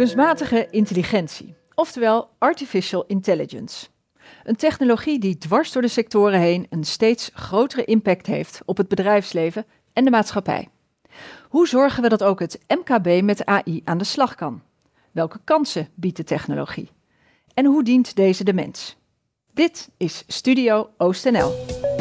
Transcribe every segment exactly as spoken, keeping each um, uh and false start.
Kunstmatige intelligentie, oftewel artificial intelligence. Een technologie die dwars door de sectoren heen een steeds grotere impact heeft op het bedrijfsleven en de maatschappij. Hoe zorgen we dat ook het M K B met A I aan de slag kan? Welke kansen biedt de technologie? En hoe dient deze de mens? Dit is Studio OostNL.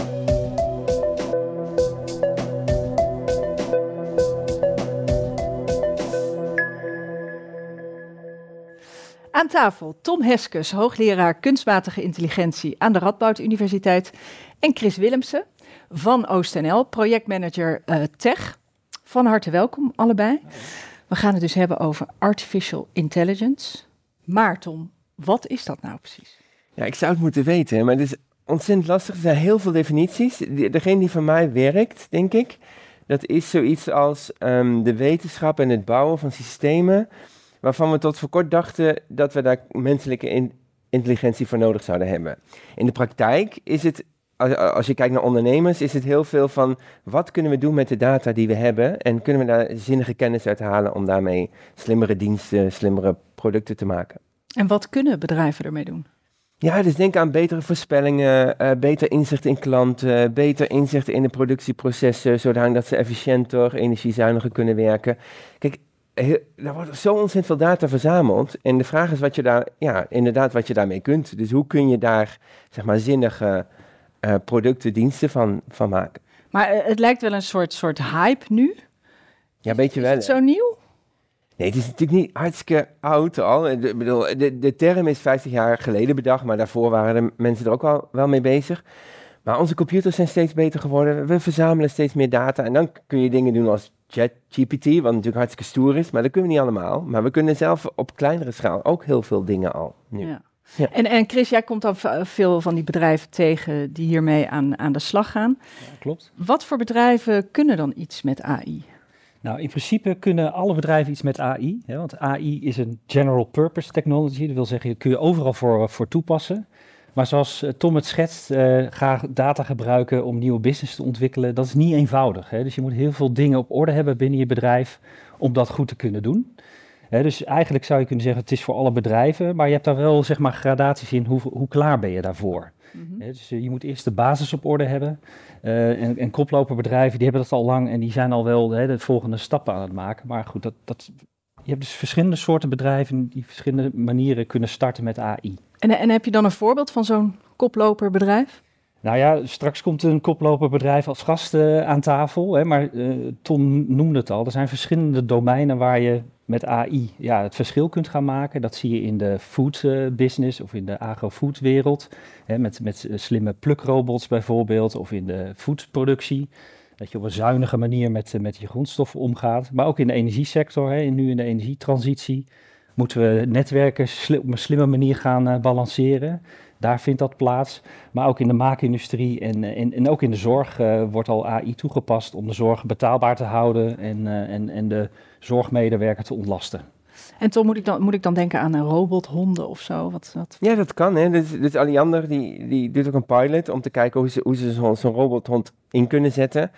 Aan tafel Tom Heskes, hoogleraar kunstmatige intelligentie aan de Radboud Universiteit. En Chris Willemsen van OostNL, projectmanager uh, Tech. Van harte welkom allebei. We gaan het dus hebben over artificial intelligence. Maar Tom, wat is dat nou precies? Ja, ik zou het moeten weten, maar het is ontzettend lastig. Er zijn heel veel definities. Degene die voor mij werkt, denk ik, dat is zoiets als um, de wetenschap en het bouwen van systemen waarvan we tot voor kort dachten dat we daar menselijke in- intelligentie voor nodig zouden hebben. In de praktijk is het, als, als je kijkt naar ondernemers, is het heel veel van wat kunnen we doen met de data die we hebben en kunnen we daar zinnige kennis uit halen om daarmee slimmere diensten, slimmere producten te maken. En wat kunnen bedrijven ermee doen? Ja, dus denk aan betere voorspellingen, uh, beter inzicht in klanten, beter inzicht in de productieprocessen, zodat ze efficiënter, energiezuiniger kunnen werken. Kijk, Heel, er wordt zo ontzettend veel data verzameld. En de vraag is wat je daar, ja, inderdaad wat je daarmee kunt. Dus hoe kun je daar, zeg maar, zinnige uh, producten, diensten van, van maken. Maar uh, het lijkt wel een soort, soort hype nu. Ja, een beetje wel. Is het zo nieuw? Nee, het is natuurlijk niet hartstikke oud al. De, bedoel, de, de term is vijftig jaar geleden bedacht, maar daarvoor waren de mensen er ook wel, wel mee bezig. Maar onze computers zijn steeds beter geworden. We verzamelen steeds meer data. En dan kun je dingen doen als ChatGPT, wat natuurlijk hartstikke stoer is. Maar dat kunnen we niet allemaal. Maar we kunnen zelf op kleinere schaal ook heel veel dingen al nu. Ja. Ja. En, en Chris, jij komt dan veel van die bedrijven tegen die hiermee aan, aan de slag gaan. Ja, klopt. Wat voor bedrijven kunnen dan iets met A I? Nou, in principe kunnen alle bedrijven iets met A I. Hè, want A I is een general purpose technology. Dat wil zeggen, dat kun je overal voor, voor toepassen. Maar zoals Tom het schetst, uh, ga data gebruiken om nieuwe business te ontwikkelen. Dat is niet eenvoudig. Hè? Dus je moet heel veel dingen op orde hebben binnen je bedrijf om dat goed te kunnen doen. Hè, dus eigenlijk zou je kunnen zeggen, het is voor alle bedrijven. Maar je hebt daar wel, zeg maar, gradaties in. Hoe, hoe klaar ben je daarvoor? Mm-hmm. Hè, dus uh, je moet eerst de basis op orde hebben. Uh, en, en koploperbedrijven, die hebben dat al lang en die zijn al wel hè, de volgende stappen aan het maken. Maar goed, dat, dat, je hebt dus verschillende soorten bedrijven die verschillende manieren kunnen starten met A I. En, en heb je dan een voorbeeld van zo'n koploperbedrijf? Nou ja, straks komt een koploperbedrijf als gast uh, aan tafel. Hè, maar uh, Tom noemde het al. Er zijn verschillende domeinen waar je met A I ja, het verschil kunt gaan maken. Dat zie je in de food uh, business of in de agro-food wereld. Hè, met, met uh, slimme plukrobots bijvoorbeeld of in de foodproductie. Dat je op een zuinige manier met, met je grondstoffen omgaat. Maar ook in de energiesector, hè, nu in de energietransitie, moeten we netwerken sli- op een slimme manier gaan uh, balanceren. Daar vindt dat plaats. Maar ook in de maakindustrie en, en, en ook in de zorg uh, wordt al A I toegepast om de zorg betaalbaar te houden en, uh, en, en de zorgmedewerker te ontlasten. En Tom, moet ik dan, moet ik dan denken aan een robothonden of zo? Wat, wat... Ja, dat kan. Hè. Dus, dus Alliander die, die doet ook een pilot om te kijken hoe ze, hoe ze zo'n, zo'n robothond in kunnen zetten.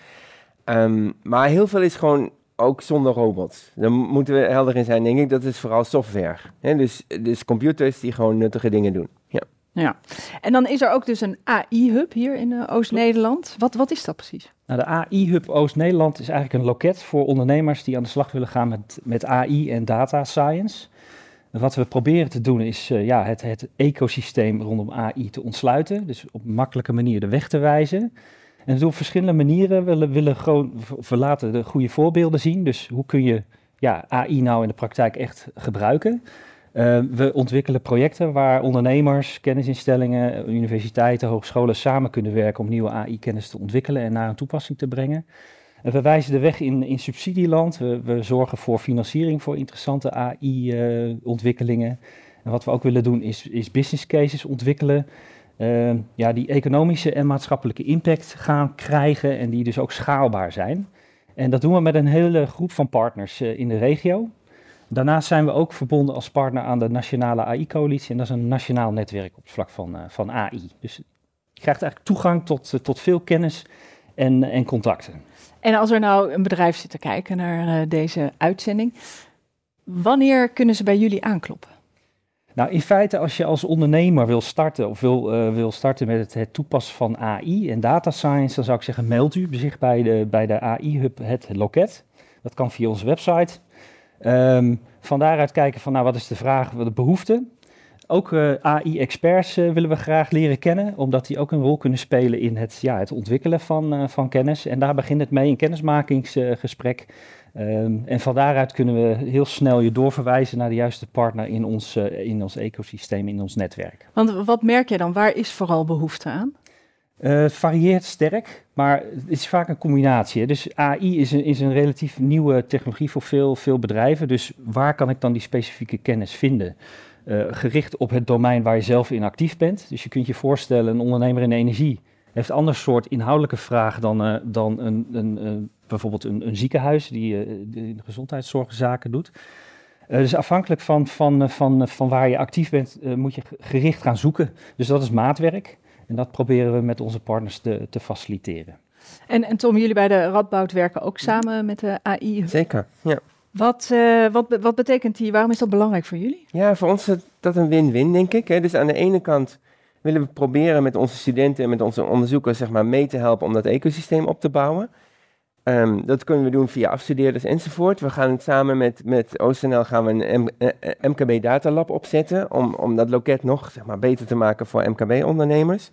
Um, maar heel veel is gewoon ook zonder robots. Daar moeten we helder in zijn, denk ik. Dat is vooral software. Hè? Dus, dus computers die gewoon nuttige dingen doen. Ja. Ja. En dan is er ook dus een A I-hub hier in uh, Oost-Nederland. Wat, wat is dat precies? Nou, de A I-hub Oost-Nederland is eigenlijk een loket voor ondernemers die aan de slag willen gaan met, met A I en data science. En wat we proberen te doen is uh, ja, het, het ecosysteem rondom A I te ontsluiten. Dus op een makkelijke manier de weg te wijzen. En door verschillende manieren willen we willen gewoon verlaten de goede voorbeelden zien. Dus hoe kun je ja, A I nou in de praktijk echt gebruiken? Uh, we ontwikkelen projecten waar ondernemers, kennisinstellingen, universiteiten, hogescholen samen kunnen werken om nieuwe A I-kennis te ontwikkelen en naar een toepassing te brengen. En we wijzen de weg in, in subsidieland. We, we zorgen voor financiering voor interessante A I-ontwikkelingen. Uh, en wat we ook willen doen is, is business cases ontwikkelen. Uh, ja, die economische en maatschappelijke impact gaan krijgen en die dus ook schaalbaar zijn. En dat doen we met een hele groep van partners uh, in de regio. Daarnaast zijn we ook verbonden als partner aan de Nationale A I-coalitie. En dat is een nationaal netwerk op het vlak van, uh, van A I. Dus je krijgt eigenlijk toegang tot, uh, tot veel kennis en, en contacten. En als er nou een bedrijf zit te kijken naar uh, deze uitzending, Wanneer kunnen ze bij jullie aankloppen? Nou, in feite als je als ondernemer wil starten of wil, uh, wil starten met het, het toepassen van A I en data science, dan zou ik zeggen meld u zich bij de, bij de A I-hub, het loket. Dat kan via onze website. Um, van daaruit kijken van nou, wat is de vraag, wat de behoefte. Ook uh, A I-experts uh, willen we graag leren kennen, omdat die ook een rol kunnen spelen in het, ja, het ontwikkelen van, uh, van kennis. En daar begint het mee, een kennismakingsgesprek. Uh, um, en van daaruit kunnen we heel snel je doorverwijzen naar de juiste partner in ons, uh, in ons ecosysteem, in ons netwerk. Want wat merk je dan? Waar is vooral behoefte aan? Uh, het varieert sterk, maar het is vaak een combinatie. Hè. Dus A I is een, is een relatief nieuwe technologie voor veel, veel bedrijven. Dus waar kan ik dan die specifieke kennis vinden? Uh, gericht op het domein waar je zelf in actief bent. Dus je kunt je voorstellen, een ondernemer in de energie heeft een ander soort inhoudelijke vraag dan, uh, dan een, een, uh, bijvoorbeeld een, een ziekenhuis die uh, de gezondheidszorgzaken doet. Uh, dus afhankelijk van, van, van, van waar je actief bent, uh, moet je gericht gaan zoeken. Dus dat is maatwerk. En dat proberen we met onze partners te, te faciliteren. En, en Tom, jullie bij de Radboud werken ook samen met de A I? Zeker, ja. Wat, uh, wat, wat betekent die? Waarom is dat belangrijk voor jullie? Ja, voor ons is dat een win-win, denk ik. Hè. Dus aan de ene kant willen we proberen met onze studenten en met onze onderzoekers zeg maar, mee te helpen om dat ecosysteem op te bouwen. Um, dat kunnen we doen via afstudeerders enzovoort. We gaan samen met, met O S N L gaan we een M, uh, M K B Data Lab opzetten om, om dat loket nog zeg maar, beter te maken voor M K B-ondernemers.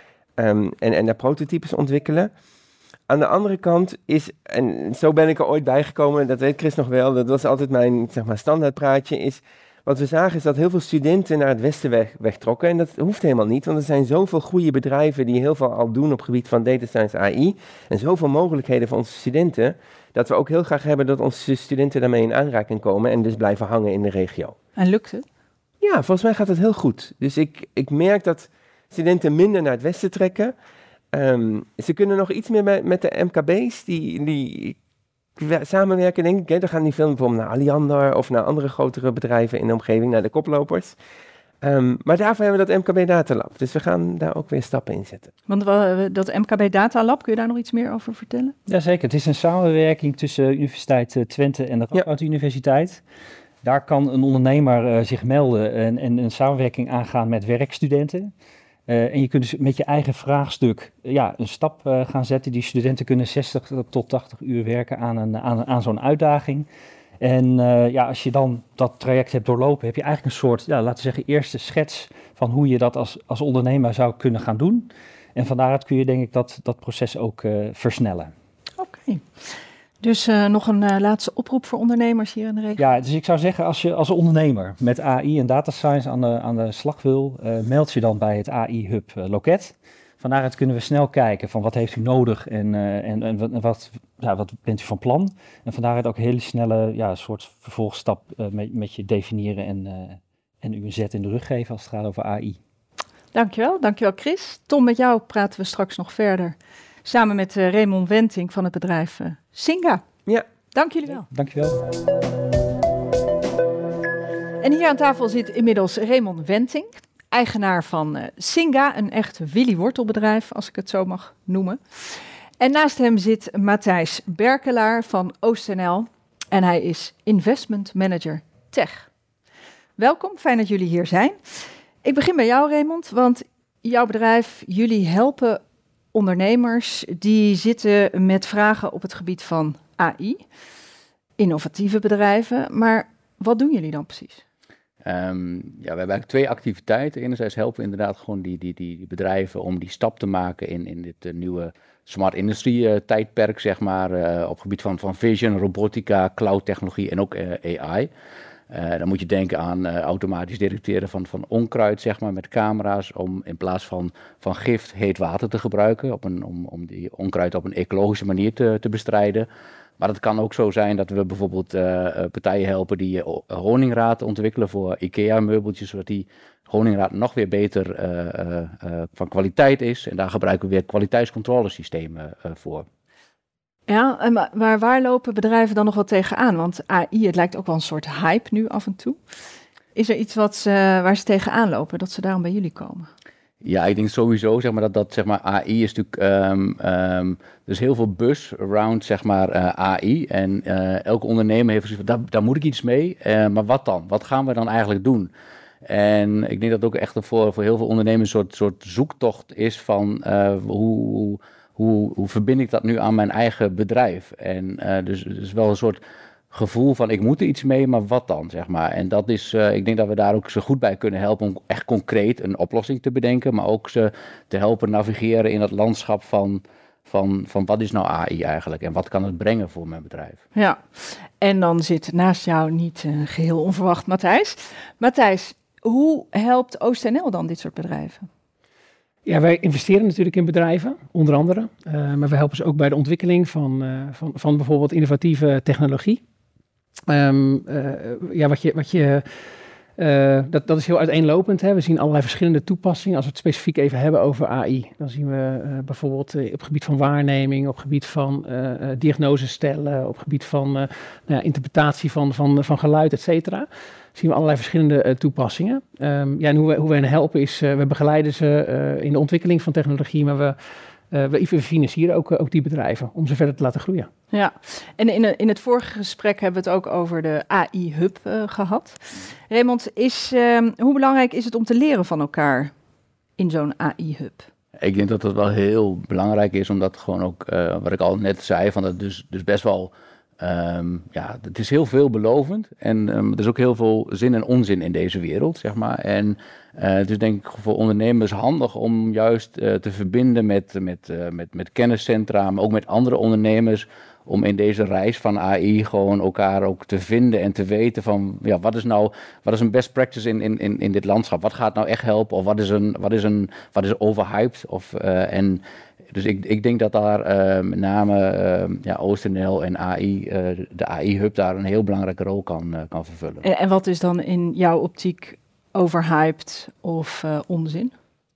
Um, en, en daar prototypes ontwikkelen. Aan de andere kant is, en zo ben ik er ooit bijgekomen, dat weet Chris nog wel, dat was altijd mijn zeg maar, standaardpraatje, is wat we zagen is dat heel veel studenten naar het westen weg, wegtrokken. En dat hoeft helemaal niet, want er zijn zoveel goede bedrijven die heel veel al doen op het gebied van data science A I. En zoveel mogelijkheden voor onze studenten, dat we ook heel graag hebben dat onze studenten daarmee in aanraking komen en dus blijven hangen in de regio. En lukt het? Ja, volgens mij gaat het heel goed. Dus ik, ik merk dat studenten minder naar het westen trekken. Um, ze kunnen nog iets meer met, met de M K B's die, die samenwerken, denk ik. Hè. Dan gaan die veel bijvoorbeeld naar Alliander of naar andere grotere bedrijven in de omgeving, naar de koplopers. Um, maar daarvoor hebben we dat M K B Data Lab. Dus we gaan daar ook weer stappen in zetten. Want uh, dat M K B Data Lab, kun je daar nog iets meer over vertellen? Jazeker, het is een samenwerking tussen Universiteit Twente en de Radboud ja. Universiteit. Daar kan een ondernemer uh, zich melden en, en een samenwerking aangaan met werkstudenten. Uh, en je kunt dus met je eigen vraagstuk uh, ja, een stap uh, gaan zetten. Die studenten kunnen zestig tot tachtig uur werken aan, een, aan, aan zo'n uitdaging. En uh, ja, als je dan dat traject hebt doorlopen, heb je eigenlijk een soort, ja, laten we zeggen, eerste schets van hoe je dat als, als ondernemer zou kunnen gaan doen. En van daaruit kun je denk ik dat, dat proces ook uh, versnellen. Oké. Okay. Dus uh, nog een uh, laatste oproep voor ondernemers hier in de regio? Ja, dus ik zou zeggen, als je als ondernemer met A I en data science aan de, aan de slag wil, uh, meld je dan bij het A I-hub uh, loket. Van daaruit kunnen we snel kijken van wat heeft u nodig en, uh, en, en, wat, en wat, ja, wat bent u van plan. En van daaruit ook een hele snelle ja, soort vervolgstap uh, met, met je definiëren en, uh, en u een zet in de rug geven als het gaat over A I. Dankjewel, dankjewel Chris. Tom, met jou praten we straks nog verder. Samen met uh, Raymond Wenting van het bedrijf uh, Singa. Ja. Dank jullie wel. Ja, dankjewel. En hier aan tafel zit inmiddels Raymond Wenting, eigenaar van uh, Singa, een echt Willy Wortelbedrijf, als ik het zo mag noemen. En naast hem zit Matthijs Berkelaar van O S N L en hij is Investment Manager Tech. Welkom, fijn dat jullie hier zijn. Ik begin bij jou, Raymond, want jouw bedrijf, jullie helpen ondernemers die zitten met vragen op het gebied van A I, innovatieve bedrijven. Maar wat doen jullie dan precies? Um, ja, we hebben eigenlijk twee activiteiten. Enerzijds helpen we inderdaad gewoon die, die, die bedrijven om die stap te maken in, in dit uh, nieuwe smart industrie uh, tijdperk, zeg maar, uh, op het gebied van, van vision, robotica, cloud technologie en ook uh, A I. Uh, dan moet je denken aan uh, automatisch detecteren van, van onkruid, zeg maar, met camera's, om in plaats van, van gift heet water te gebruiken, op een, om, om die onkruid op een ecologische manier te, te bestrijden. Maar het kan ook zo zijn dat we bijvoorbeeld uh, partijen helpen die uh, honingraad ontwikkelen voor IKEA-meubeltjes, zodat die honingraad nog weer beter uh, uh, uh, van kwaliteit is. En daar gebruiken we weer kwaliteitscontrolesystemen uh, voor. Ja, maar waar lopen bedrijven dan nog wat tegenaan? Want A I, het lijkt ook wel een soort hype nu af en toe. Is er iets wat ze, waar ze tegenaan lopen, dat ze daarom bij jullie komen? Ja, ik denk sowieso zeg maar, dat, dat zeg maar, A I is natuurlijk... Um, um, er is heel veel buzz around zeg maar, uh, A I. En uh, elke ondernemer heeft gezegd, daar, daar moet ik iets mee. Uh, maar wat dan? Wat gaan we dan eigenlijk doen? En ik denk dat het ook echt voor, voor heel veel ondernemers een soort, soort zoektocht is van... Uh, hoe, hoe, hoe verbind ik dat nu aan mijn eigen bedrijf? En uh, dus het is wel een soort... gevoel van ik moet er iets mee, maar wat dan, zeg maar. En dat is, uh, ik denk dat we daar ook zo goed bij kunnen helpen om echt concreet een oplossing te bedenken, maar ook ze te helpen navigeren in het landschap van, van, van wat is nou A I eigenlijk en wat kan het brengen voor mijn bedrijf. Ja, en dan zit naast jou niet uh, geheel onverwacht Matthijs. Matthijs, hoe helpt OostNL dan dit soort bedrijven? Ja, wij investeren natuurlijk in bedrijven, onder andere. Uh, maar we helpen ze ook bij de ontwikkeling van, uh, van, van bijvoorbeeld innovatieve technologie. Um, uh, ja, wat je, wat je, uh, dat, dat is heel uiteenlopend. Hè. We zien allerlei verschillende toepassingen. Als we het specifiek even hebben over A I, dan zien we uh, bijvoorbeeld uh, op het gebied van waarneming, op het gebied van uh, uh, diagnose stellen, op het gebied van uh, nou ja, interpretatie van, van, van geluid, et cetera. Zien we allerlei verschillende uh, toepassingen. Um, ja, en hoe we, hoe we hen helpen is, uh, we begeleiden ze uh, in de ontwikkeling van technologie, maar we Uh, we financieren ook, uh, ook die bedrijven om ze verder te laten groeien. Ja, en in, in het vorige gesprek hebben we het ook over de A I-hub uh, gehad. Raymond, is, uh, hoe belangrijk is het om te leren van elkaar in zo'n A I-hub? Ik denk dat dat wel heel belangrijk is, omdat gewoon ook, uh, wat ik al net zei, van dat dus, dus best wel... Um, ja, het is heel veelbelovend en um, er is ook heel veel zin en onzin in deze wereld, zeg maar. En uh, het is denk ik voor ondernemers handig om juist uh, te verbinden met, met, uh, met, met kenniscentra, maar ook met andere ondernemers, om in deze reis van A I gewoon elkaar ook te vinden en te weten van, ja, wat is nou, wat is een best practice in, in, in, in dit landschap? Wat gaat nou echt helpen? Of wat is een, wat is een, wat is overhyped? Of, uh, en Dus ik, ik denk dat daar uh, met name uh, ja, OostNL en A I, uh, de A I-hub daar een heel belangrijke rol kan, uh, kan vervullen. En, en wat is dan in jouw optiek overhyped of uh, onzin?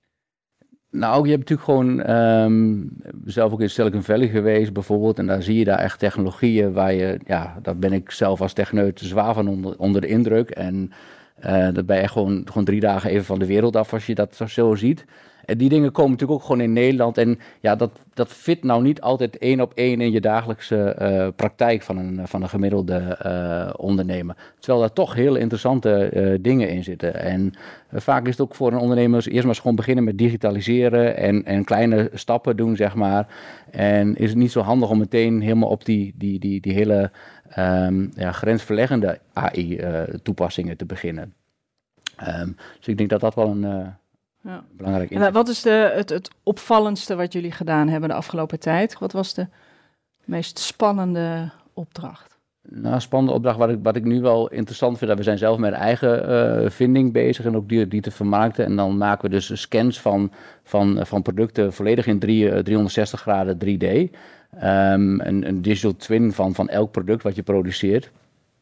Nou, je hebt natuurlijk gewoon, um, zelf ook in Silicon Valley geweest bijvoorbeeld, en daar zie je daar echt technologieën waar je, ja, daar ben ik zelf als techneut zwaar van onder, onder de indruk. En uh, dat ben je echt gewoon, gewoon drie dagen even van de wereld af als je dat zo ziet. En die dingen komen natuurlijk ook gewoon in Nederland. En ja, dat, dat fit nou niet altijd één op één in je dagelijkse uh, praktijk van een, van een gemiddelde uh, ondernemer. Terwijl daar toch heel interessante uh, dingen in zitten. En uh, vaak is het ook voor een ondernemer eerst maar eens gewoon beginnen met digitaliseren en, en kleine stappen doen, zeg maar. En is het niet zo handig om meteen helemaal op die, die, die, die hele um, ja, grensverleggende A I-toepassingen uh, te beginnen. Um, dus ik denk dat dat wel een... Uh, Ja. Belangrijk. En wat is de, het, het opvallendste wat jullie gedaan hebben de afgelopen tijd? Wat was de meest spannende opdracht? Nou, een spannende opdracht wat ik, wat ik nu wel interessant vind. We zijn zelf met eigen uh, vinding bezig en ook die, die te vermarkten. En dan maken we dus scans van, van, van producten volledig in drie, driehonderdzestig graden drie D. Um, een, een digital twin van, van elk product wat je produceert.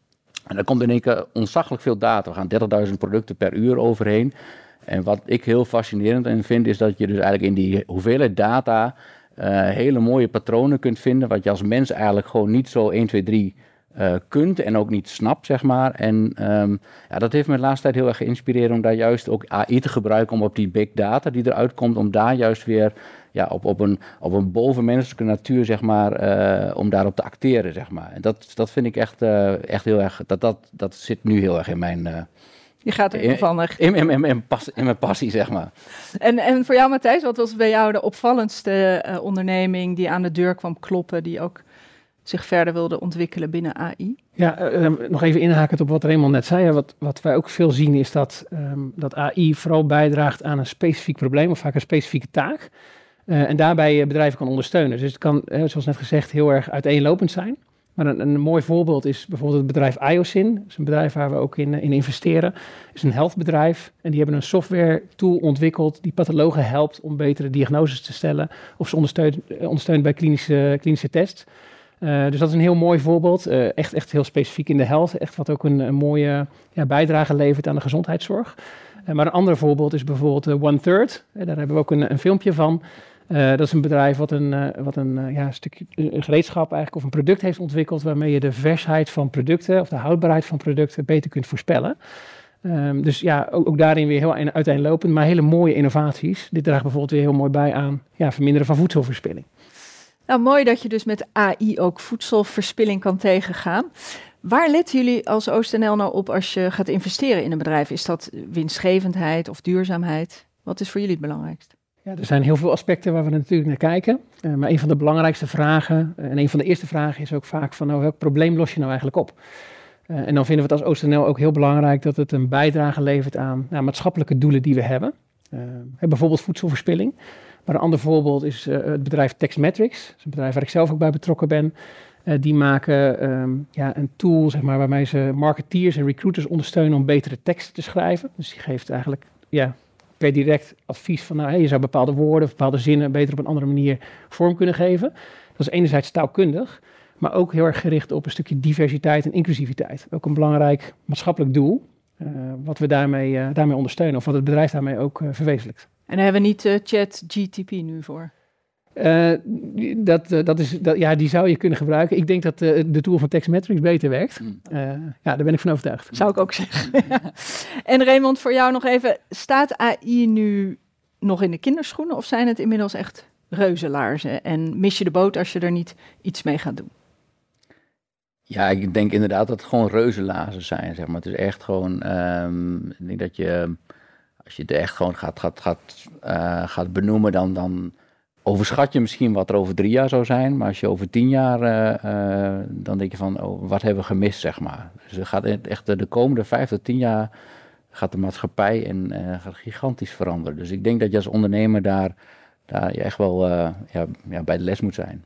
En daar komt in één keer ontzaglijk veel data. We gaan dertigduizend producten per uur overheen. En wat ik heel fascinerend in vind, is dat je dus eigenlijk in die hoeveelheid data uh, hele mooie patronen kunt vinden, wat je als mens eigenlijk gewoon niet zo één, twee, drie uh, kunt en ook niet snapt, zeg maar. En um, ja, dat heeft me de laatste tijd heel erg geïnspireerd om daar juist ook A I te gebruiken om op die big data die eruit komt, om daar juist weer ja, op, op, een, op een bovenmenselijke natuur, zeg maar, uh, om daarop te acteren, zeg maar. En dat, dat vind ik echt, uh, echt heel erg, dat, dat, dat zit nu heel erg in mijn... Uh, Je gaat er in, van in, in, in, in, pas, in mijn passie, zeg maar. En, en voor jou, Matthijs, wat was bij jou de opvallendste uh, onderneming die aan de deur kwam kloppen, die ook zich verder wilde ontwikkelen binnen A I? Ja, uh, nog even inhakend op wat Raymond net zei. Wat, wat wij ook veel zien is dat, um, dat A I vooral bijdraagt aan een specifiek probleem of vaak een specifieke taak. Uh, en daarbij uh, bedrijven kan ondersteunen. Dus het kan, uh, zoals net gezegd, heel erg uiteenlopend zijn. Maar een, een mooi voorbeeld is bijvoorbeeld het bedrijf IOSyn. Dat is een bedrijf waar we ook in, in investeren. Het is een healthbedrijf en die hebben een software tool ontwikkeld die pathologen helpt om betere diagnoses te stellen of ze ondersteunt, ondersteunt bij klinische, klinische tests. Uh, dus dat is een heel mooi voorbeeld. Uh, echt, echt heel specifiek in de health. Echt wat ook een, een mooie ja, bijdrage levert aan de gezondheidszorg. Uh, maar een ander voorbeeld is bijvoorbeeld uh, One Third. Uh, daar hebben we ook een, een filmpje van. Uh, dat is een bedrijf wat een, uh, wat een, uh, ja, stukje een gereedschap eigenlijk of een product heeft ontwikkeld waarmee je de versheid van producten of de houdbaarheid van producten beter kunt voorspellen. Um, dus ja, ook, ook daarin weer heel uiteenlopend, maar hele mooie innovaties. Dit draagt bijvoorbeeld weer heel mooi bij aan ja, verminderen van voedselverspilling. Nou, mooi dat je dus met A I ook voedselverspilling kan tegengaan. Waar letten jullie als OostNL nou op als je gaat investeren in een bedrijf? Is dat winstgevendheid of duurzaamheid? Wat is voor jullie het belangrijkst? Ja, er zijn heel veel aspecten waar we natuurlijk naar kijken. Uh, maar een van de belangrijkste vragen, uh, en een van de eerste vragen is ook vaak van nou, welk probleem los je nou eigenlijk op? Uh, en dan vinden we het als OostNL ook heel belangrijk dat het een bijdrage levert aan nou, maatschappelijke doelen die we hebben. Uh, bijvoorbeeld voedselverspilling. Maar een ander voorbeeld is uh, het bedrijf Taxmetrics. Dat is een bedrijf waar ik zelf ook bij betrokken ben. Uh, die maken um, ja, een tool zeg maar, waarmee ze marketeers en recruiters ondersteunen om betere teksten te schrijven. Dus die geeft eigenlijk ja, per direct advies van nou, hey, je zou bepaalde woorden of bepaalde zinnen beter op een andere manier vorm kunnen geven. Dat is enerzijds taalkundig, maar ook heel erg gericht op een stukje diversiteit en inclusiviteit. Ook een belangrijk maatschappelijk doel, uh, wat we daarmee, uh, daarmee ondersteunen of wat het bedrijf daarmee ook uh, verwezenlijkt. En daar hebben we niet uh, ChatGPT nu voor? Uh, dat, uh, dat is, dat, ja, die zou je kunnen gebruiken. Ik denk dat uh, de tool van Taxmetrics beter werkt. Uh, ja, daar ben ik van overtuigd. Zou ik ook zeggen. Ja. En Raymond, voor jou nog even. Staat A I nu nog in de kinderschoenen of zijn het inmiddels echt reuzelaarzen? En mis je de boot als je er niet iets mee gaat doen? Ja, ik denk inderdaad dat het gewoon reuzenlazen zijn, zeg maar. Het is echt gewoon, um, ik denk dat je, als je het echt gewoon gaat, gaat, gaat, uh, gaat benoemen, dan, dan overschat je misschien wat er over drie jaar zou zijn. Maar als je over tien jaar, uh, uh, dan denk je van, oh, wat hebben we gemist, zeg maar. Dus er gaat echt de komende vijf tot tien jaar gaat de maatschappij en uh, gaat gigantisch veranderen. Dus ik denk dat je als ondernemer daar, daar je echt wel uh, ja, ja, bij de les moet zijn.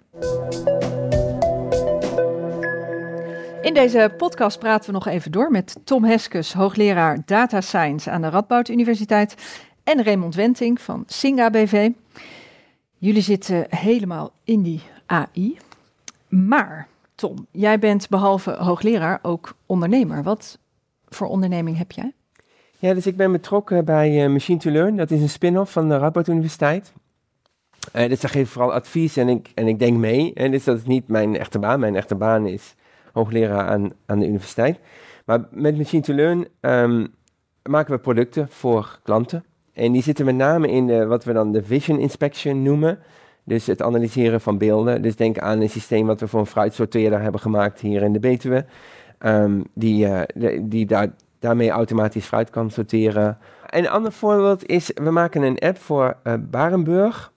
In deze podcast praten we nog even door met Tom Heskes, hoogleraar Data Science aan de Radboud Universiteit en Raymond Wenting van Singa B V. Jullie zitten helemaal in die A I. Maar Tom, jij bent behalve hoogleraar ook ondernemer. Wat voor onderneming heb jij? Ja, dus ik ben betrokken bij uh, Machine to Learn. Dat is een spin-off van de Radboud Universiteit. Uh, dus daar geef ik vooral advies en ik, en ik denk mee. En dus dat is niet mijn echte baan. Mijn echte baan is hoogleraar aan, aan de universiteit. Maar met Machine to Learn um, maken we producten voor klanten. En die zitten met name in de, wat we dan de vision inspection noemen. Dus het analyseren van beelden. Dus denk aan een systeem wat we voor een fruitsorteerder hebben gemaakt hier in de Betuwe. Um, die uh, de, die daar, daarmee automatisch fruit kan sorteren. En een ander voorbeeld is, we maken een app voor uh, Barenburg.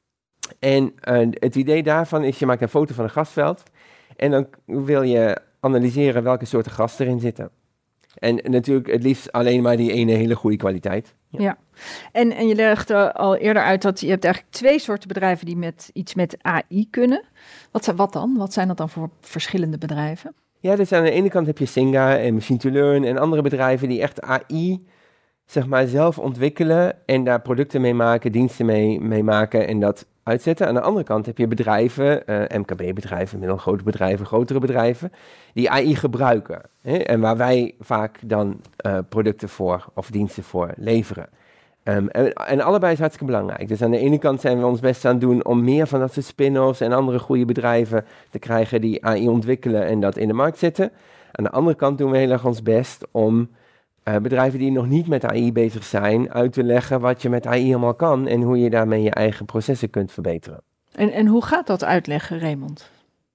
En uh, het idee daarvan is, je maakt een foto van een grasveld. En dan wil je analyseren welke soorten gras erin zitten. En natuurlijk het liefst alleen maar die ene hele goede kwaliteit. Ja, ja. En, en je legde al eerder uit dat je hebt eigenlijk twee soorten bedrijven die met iets met A I kunnen. Wat, wat dan? Wat zijn dat dan voor verschillende bedrijven? Ja, dus aan de ene kant heb je Singa en Machine to Learn en andere bedrijven die echt A I zeg maar zelf ontwikkelen en daar producten mee maken, diensten mee, mee maken en dat uitzetten. Aan de andere kant heb je bedrijven, uh, M K B-bedrijven, middelgrote bedrijven, grotere bedrijven, die A I gebruiken. Hè, en waar wij vaak dan uh, producten voor of diensten voor leveren. Um, en, en allebei is hartstikke belangrijk. Dus aan de ene kant zijn we ons best aan het doen om meer van dat soort spin-offs en andere goede bedrijven te krijgen die A I ontwikkelen en dat in de markt zetten. Aan de andere kant doen we heel erg ons best om Uh, bedrijven die nog niet met A I bezig zijn, uit te leggen wat je met A I allemaal kan en hoe je daarmee je eigen processen kunt verbeteren. En, en hoe gaat dat uitleggen, Raymond?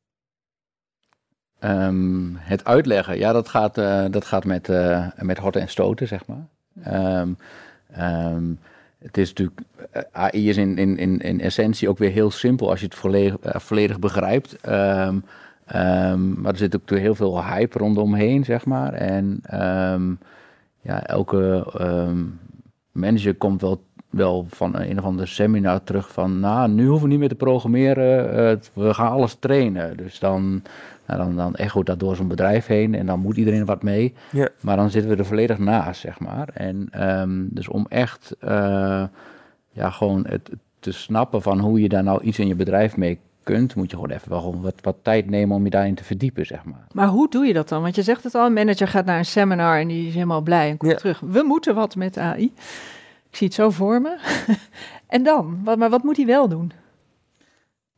Um, het uitleggen, ja, dat gaat, uh, dat gaat met, uh, met horten en stoten, zeg maar. Um, um, het is natuurlijk, uh, A I is in, in, in, in essentie ook weer heel simpel als je het volledig, uh, volledig begrijpt. Um, um, maar er zit ook heel veel hype rondomheen, zeg maar. En um, ja, elke um, manager komt wel, wel van een of ander seminar terug van, nou, nu hoeven we niet meer te programmeren, uh, we gaan alles trainen. Dus dan, nou, dan, dan echoot dat door zo'n bedrijf heen en dan moet iedereen wat mee. Ja. Maar dan zitten we er volledig naast, zeg maar. En um, dus om echt uh, ja, gewoon het te snappen van hoe je daar nou iets in je bedrijf mee kunt, moet je gewoon even wel gewoon wat, wat tijd nemen om je daarin te verdiepen, zeg maar. Maar hoe doe je dat dan? Want je zegt het al, een manager gaat naar een seminar en die is helemaal blij en komt ja. terug. We moeten wat met A I. Ik zie het zo voor me. En dan? Wat, maar wat moet hij wel doen?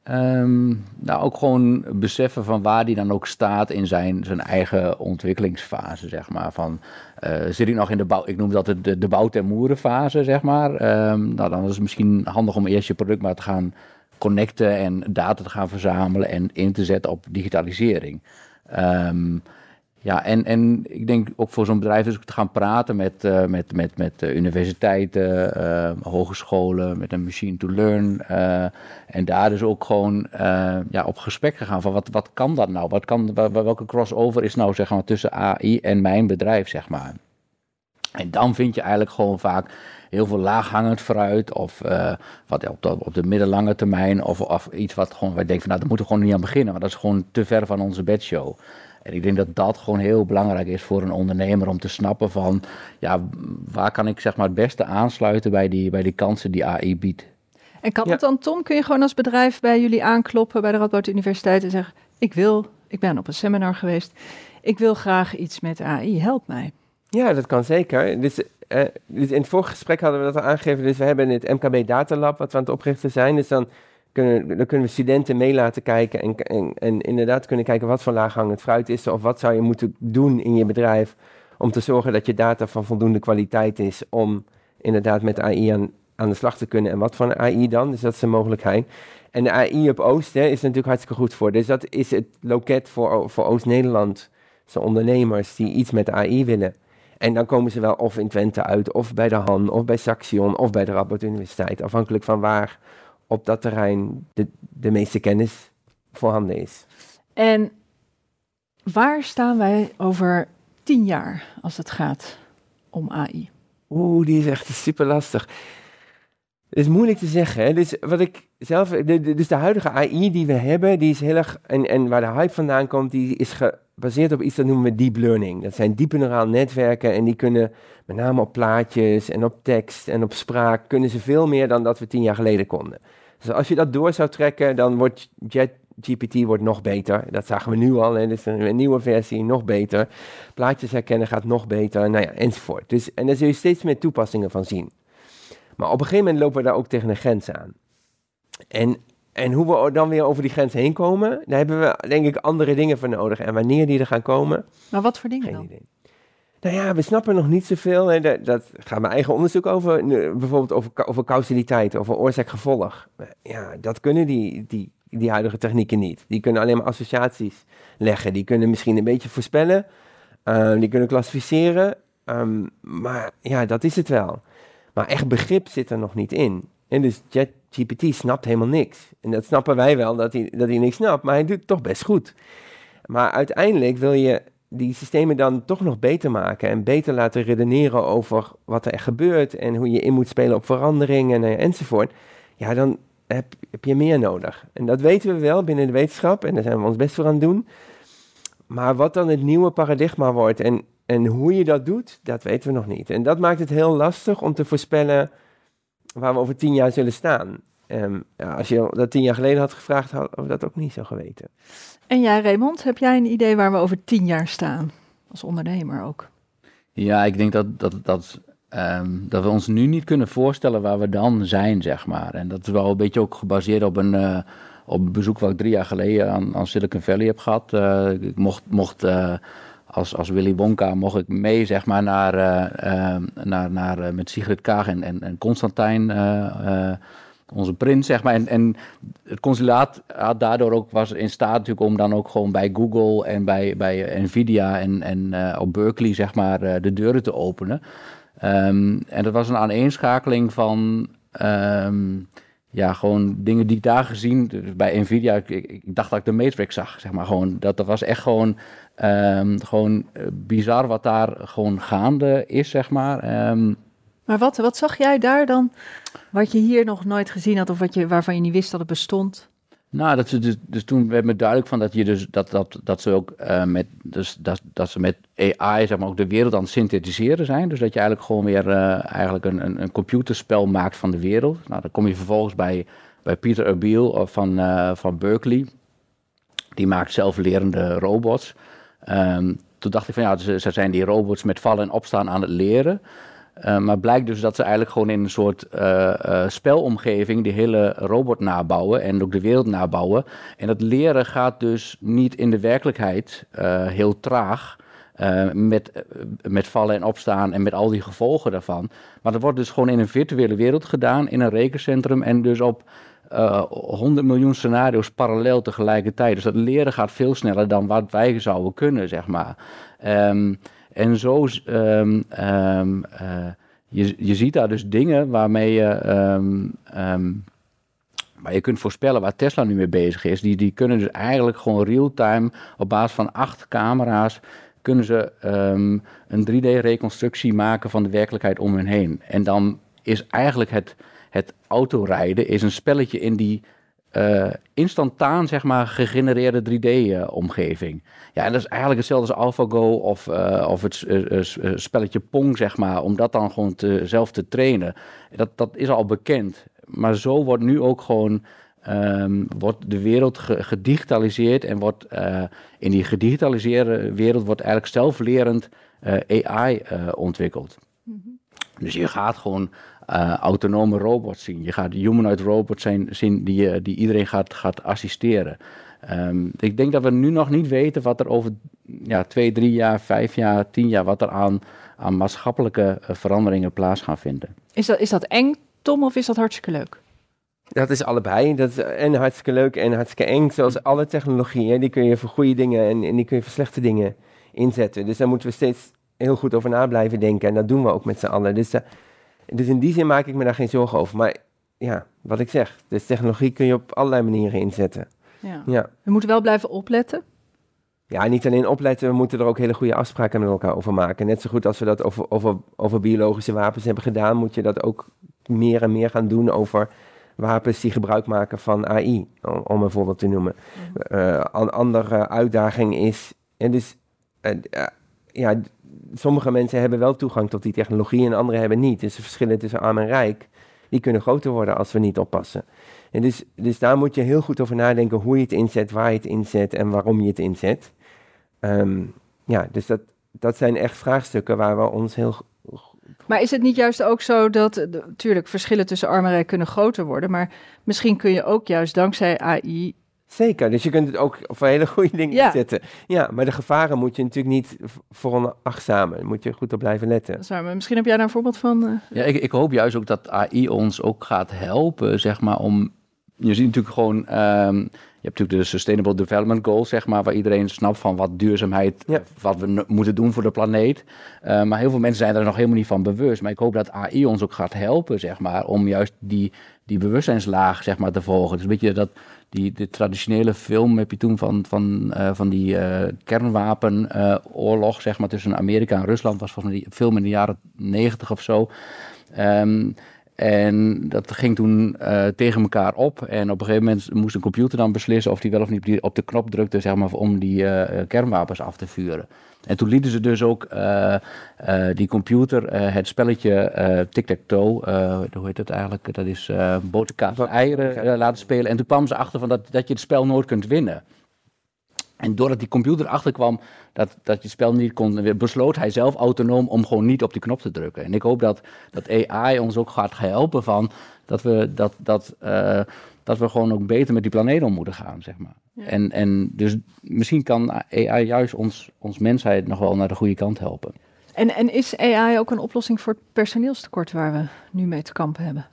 Um, nou, ook gewoon beseffen van waar die dan ook staat in zijn, zijn eigen ontwikkelingsfase, zeg maar. Van, uh, zit hij nog in de bouw, ik noem dat de, de bouw- ten moerenfase, zeg maar. Um, nou, dan is het misschien handig om eerst je product maar te gaan connecten en data te gaan verzamelen en in te zetten op digitalisering. Um, Ja, en, en ik denk ook voor zo'n bedrijf dus te gaan praten met, uh, met, met, met uh, universiteiten, uh, hogescholen, met een machine to learn. Uh, en daar dus ook gewoon uh, ja, op gesprek gaan van wat, wat kan dat nou? Wat kan, welke crossover is nou zeg maar, tussen A I en mijn bedrijf, zeg maar. En dan vind je eigenlijk gewoon vaak heel veel laaghangend fruit of uh, wat op de, op de middellange termijn of, of iets wat gewoon, waar je denkt van nou, daar moeten we gewoon niet aan beginnen, want dat is gewoon te ver van onze bedshow. En ik denk dat dat gewoon heel belangrijk is voor een ondernemer om te snappen van, ja, waar kan ik zeg maar het beste aansluiten bij die, bij die kansen die A I biedt. En kan Ja. het dan, Tom, kun je gewoon als bedrijf bij jullie aankloppen bij de Radboud Universiteit en zeggen, ik wil, ik ben op een seminar geweest, ik wil graag iets met A I, help mij. Ja, dat kan zeker. Dus, uh, dus in het vorige gesprek hadden we dat al aangegeven. Dus we hebben het M K B Data Lab, wat we aan het oprichten zijn. Dus dan kunnen, dan kunnen we studenten mee laten kijken en, en, en inderdaad kunnen kijken wat voor laaghangend fruit is er. Of wat zou je moeten doen in je bedrijf om te zorgen dat je data van voldoende kwaliteit is om inderdaad met A I aan, aan de slag te kunnen. En wat voor A I dan? Dus dat is een mogelijkheid. En de A I op Oost hè, is natuurlijk hartstikke goed voor. Dus dat is het loket voor, voor Oost-Nederland. Zo'n ondernemers die iets met A I willen. En dan komen ze wel of in Twente uit, of bij de H A N, of bij Saxion, of bij de Radboud Universiteit. Afhankelijk van waar op dat terrein de, de meeste kennis voorhanden is. En waar staan wij over tien jaar als het gaat om A I? Oeh, die is echt super lastig. Het is moeilijk te zeggen. Hè? Dus wat ik zelf, de, de, dus de huidige A I die we hebben, die is heel erg, en, en waar de hype vandaan komt, die is gebaseerd op iets dat noemen we deep learning. Dat zijn diepe neurale netwerken en die kunnen met name op plaatjes en op tekst en op spraak, kunnen ze veel meer dan dat we tien jaar geleden konden. Dus als je dat door zou trekken, dan wordt ChatGPT wordt nog beter. Dat zagen we nu al, hè? Dus een nieuwe versie, nog beter. Plaatjes herkennen gaat nog beter, nou ja, enzovoort. Dus, en daar zul je steeds meer toepassingen van zien. Maar op een gegeven moment lopen we daar ook tegen een grens aan. En, en hoe we dan weer over die grens heen komen, daar hebben we denk ik andere dingen voor nodig. En wanneer die er gaan komen, Maar wat voor dingen geen dan? idee. Nou ja, we snappen nog niet zoveel. Hè. Dat, dat gaat mijn eigen onderzoek over. Nu, bijvoorbeeld over, over causaliteit, over oorzaak-gevolg. Ja, dat kunnen die, die, die huidige technieken niet. Die kunnen alleen maar associaties leggen. Die kunnen misschien een beetje voorspellen. Uh, die kunnen klassificeren. Um, maar ja, dat is het wel. Maar echt begrip zit er nog niet in. En dus ChatGPT snapt helemaal niks. En dat snappen wij wel, dat hij, dat hij niks snapt. Maar hij doet het toch best goed. Maar uiteindelijk wil je die systemen dan toch nog beter maken en beter laten redeneren over wat er echt gebeurt en hoe je in moet spelen op veranderingen en, enzovoort, ja, dan heb, heb je meer nodig. En dat weten we wel binnen de wetenschap en daar zijn we ons best voor aan het doen. Maar wat dan het nieuwe paradigma wordt en, en hoe je dat doet, dat weten we nog niet. En dat maakt het heel lastig om te voorspellen waar we over tien jaar zullen staan. Um, ja, als je dat tien jaar geleden had gevraagd, hadden we dat ook niet zo geweten. En jij, Raymond, heb jij een idee waar we over tien jaar staan? Als ondernemer ook. Ja, ik denk dat, dat, dat, um, dat we ons nu niet kunnen voorstellen waar we dan zijn, zeg maar. En dat is wel een beetje ook gebaseerd op een, uh, op een bezoek wat ik drie jaar geleden aan, aan Silicon Valley heb gehad. Uh, ik mocht, mocht uh, als, als Willy Wonka mocht ik mee, zeg maar, naar, uh, uh, naar, naar, uh, met Sigrid Kaag en, en, en Constantijn, uh, uh, onze prins, zeg maar. En, en het consulaat had daardoor ook, was in staat natuurlijk om dan ook gewoon bij Google en bij, bij Nvidia en, en uh, op Berkeley, zeg maar, uh, de deuren te openen. Um, en dat was een aaneenschakeling van, um, ja, gewoon dingen die ik daar gezien, dus bij Nvidia, ik, ik dacht dat ik de Matrix zag, zeg maar, gewoon. Dat, dat was echt gewoon, um, gewoon uh, bizar wat daar gewoon gaande is, zeg maar. Um, Maar wat, wat zag jij daar dan, wat je hier nog nooit gezien had of wat je, waarvan je niet wist dat het bestond? Nou, dat ze dus, dus toen werd me duidelijk van dat je dus dat, dat, dat ze ook uh, met dus dat, dat ze met A I, zeg maar, ook de wereld aan het synthetiseren zijn. Dus dat je eigenlijk gewoon weer uh, eigenlijk een, een, een computerspel maakt van de wereld. Nou, dan kom je vervolgens bij, bij Peter Abiel van, uh, van Berkeley. Die maakt zelflerende robots. Um, toen dacht ik van ja, ze, ze zijn die robots met vallen en opstaan aan het leren. Uh, maar blijkt dus dat ze eigenlijk gewoon in een soort uh, uh, spelomgeving die hele robot nabouwen en ook de wereld nabouwen. En dat leren gaat dus niet in de werkelijkheid uh, heel traag. Uh, met, uh, met vallen en opstaan en met al die gevolgen daarvan. Maar dat wordt dus gewoon in een virtuele wereld gedaan, in een rekencentrum en dus op uh, honderd miljoen scenario's parallel tegelijkertijd. Dus dat leren gaat veel sneller dan wat wij zouden kunnen, zeg maar. Um, en zo, um, um, uh, je, je ziet daar dus dingen waarmee je, um, um, waar je kunt voorspellen waar Tesla nu mee bezig is. Die, die kunnen dus eigenlijk gewoon real-time op basis van acht camera's kunnen ze um, een drie D-reconstructie maken van de werkelijkheid om hen heen. En dan is eigenlijk het, het autorijden is een spelletje in die uh, instantaan, zeg maar, gegenereerde drie D-omgeving. Ja, en dat is eigenlijk hetzelfde als AlphaGo of, uh, of het uh, uh, spelletje Pong, zeg maar, om dat dan gewoon te, zelf te trainen. Dat, dat is al bekend. Maar zo wordt nu ook gewoon Um, wordt de wereld ge- gedigitaliseerd en wordt uh, in die gedigitaliseerde wereld wordt eigenlijk zelflerend uh, A I uh, ontwikkeld. Mm-hmm. Dus je gaat gewoon uh, autonome robots zien. Je gaat humanoid robots zijn, zien die, uh, die iedereen gaat, gaat assisteren. Um, ik denk dat we nu nog niet weten wat er over ja, twee, drie jaar, vijf jaar, tien jaar, wat er aan, aan maatschappelijke uh, veranderingen plaats gaan vinden. Is dat, is dat eng, Tom, of is dat hartstikke leuk? Dat is allebei. Dat is en hartstikke leuk en hartstikke eng. Zoals alle technologieën, die kun je voor goede dingen en, en die kun je voor slechte dingen inzetten. Dus daar moeten we steeds heel goed over na blijven denken. En dat doen we ook met z'n allen. Dus, uh, dus in die zin maak ik me daar geen zorgen over. Maar ja, wat ik zeg, dus technologie kun je op allerlei manieren inzetten. Ja. Ja. We moeten wel blijven opletten. Ja, niet alleen opletten, we moeten er ook hele goede afspraken met elkaar over maken. Net zo goed als we dat over, over, over biologische wapens hebben gedaan, moet je dat ook meer en meer gaan doen over wapens die gebruik maken van A I, om een voorbeeld te noemen. Mm. Uh, een andere uitdaging is, en dus, uh, uh, ja, sommige mensen hebben wel toegang tot die technologie en anderen hebben niet. Dus de verschillen tussen arm en rijk, die kunnen groter worden als we niet oppassen. En dus, dus daar moet je heel goed over nadenken hoe je het inzet, waar je het inzet en waarom je het inzet. Um, ja, dus dat, dat zijn echt vraagstukken waar we ons heel... Maar is het niet juist ook zo dat, natuurlijk, verschillen tussen arm en rijk kunnen groter worden, maar misschien kun je ook juist dankzij A I... Zeker, dus je kunt het ook voor hele goede dingen ja. zetten. Ja, maar de gevaren moet je natuurlijk niet veronachtzamen. Daar moet je goed op blijven letten. Dat is waar, maar misschien heb jij daar een voorbeeld van? Uh... Ja, ik, ik hoop juist ook dat A I ons ook gaat helpen, zeg maar, om... Je ziet natuurlijk gewoon... Um, je hebt natuurlijk de Sustainable Development Goals, zeg maar, waar iedereen snapt van wat duurzaamheid, ja. wat we n- moeten doen voor de planeet. Uh, maar heel veel mensen zijn er nog helemaal niet van bewust. Maar ik hoop dat A I ons ook gaat helpen, zeg maar, om juist die, die bewustzijnslaag, zeg maar, te volgen. Dus weet je, dat die de traditionele film heb je toen van, van, uh, van die uh, kernwapenoorlog, uh, zeg maar, tussen Amerika en Rusland, was volgens mij die film in de jaren negentig of zo. Um, En dat ging toen uh, tegen elkaar op. En op een gegeven moment moest een computer dan beslissen of die wel of niet op de knop drukte, zeg maar, om die uh, kernwapens af te vuren. En toen lieten ze dus ook uh, uh, die computer uh, het spelletje uh, tic-tac-toe, uh, hoe heet het eigenlijk? Dat is uh, boterkaas, eieren uh, laten spelen. En toen kwamen ze achter van dat, dat je het spel nooit kunt winnen. En doordat die computer achterkwam dat, dat je het spel niet kon, besloot hij zelf autonoom om gewoon niet op die knop te drukken. En ik hoop dat, dat A I ons ook gaat helpen van dat we, dat, dat, uh, dat we gewoon ook beter met die planeet om moeten gaan, zeg maar. Ja. En, en dus misschien kan A I juist ons, ons mensheid nog wel naar de goede kant helpen. En, en is A I ook een oplossing voor het personeelstekort waar we nu mee te kampen hebben?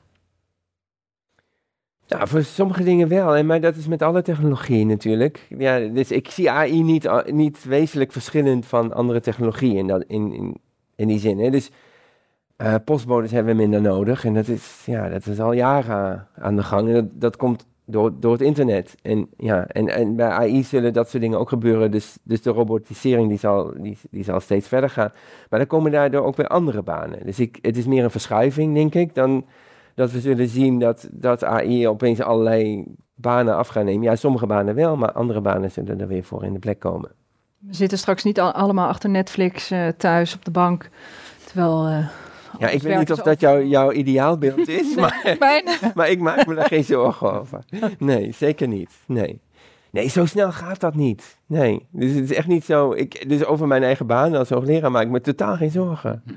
Ja, voor sommige dingen wel, en maar dat is met alle technologieën natuurlijk. Ja, dus ik zie A I niet, niet wezenlijk verschillend van andere technologieën in, dat, in, in, in die zin. Hè. Dus uh, postbodes hebben we minder nodig en dat is, ja, dat is al jaren aan de gang. En dat, dat komt door, door het internet. En, ja, en, en bij A I zullen dat soort dingen ook gebeuren, dus, dus de robotisering die zal, die, die zal steeds verder gaan. Maar dan komen daardoor ook weer andere banen. Dus ik, het is meer een verschuiving, denk ik, dan dat we zullen zien dat, dat A I opeens allerlei banen af gaan nemen. Ja, sommige banen wel, maar andere banen zullen er weer voor in de plek komen. We zitten straks niet al, allemaal achter Netflix uh, thuis op de bank, terwijl... Uh, ja, ik weet niet of dat jou, jouw ideaalbeeld is, nee, maar, maar ik maak me daar geen zorgen over. Nee, zeker niet. Nee. Nee, zo snel gaat dat niet. Nee, dus het is echt niet zo... Ik, dus over mijn eigen baan als hoogleraar maak ik me totaal geen zorgen.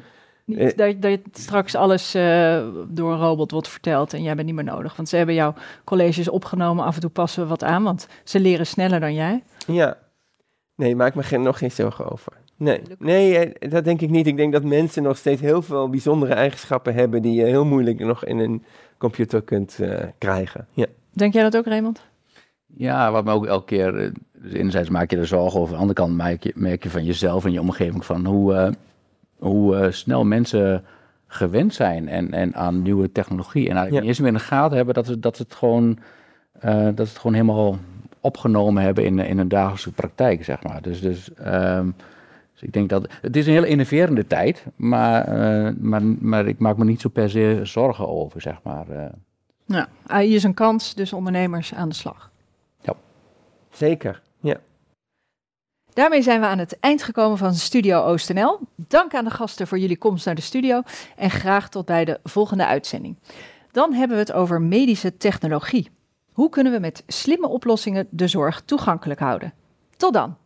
Niet Eh, dat, dat straks alles uh, door een robot wordt verteld en jij bent niet meer nodig. Want ze hebben jouw colleges opgenomen, af en toe passen we wat aan, want ze leren sneller dan jij. Ja, nee, maak me geen, nog geen zorgen over. Nee. nee, eh, dat denk ik niet. Ik denk dat mensen nog steeds heel veel bijzondere eigenschappen hebben die je heel moeilijk nog in een computer kunt uh, krijgen. Ja. Denk jij dat ook, Raymond? Ja, wat me ook elke keer, dus enerzijds maak je er zorgen over, aan de andere kant merk je, merk je van jezelf en je omgeving van hoe, uh, hoe uh, snel mensen gewend zijn en, en aan nieuwe technologie. En eigenlijk ja. niet eens meer in de gaten hebben dat, het, dat, het gewoon, uh, dat het gewoon helemaal opgenomen hebben in, in hun dagelijkse praktijk, zeg maar. Dus, dus, um, dus ik denk dat, het is een hele innoverende tijd, maar, uh, maar, maar ik maak me niet zo per se zorgen over, zeg maar. Uh. Ja, A I is een kans, dus ondernemers aan de slag. Ja. Zeker, ja. Daarmee zijn we aan het eind gekomen van Studio OostNL. Dank aan de gasten voor jullie komst naar de studio en graag tot bij de volgende uitzending. Dan hebben we het over medische technologie. Hoe kunnen we met slimme oplossingen de zorg toegankelijk houden? Tot dan!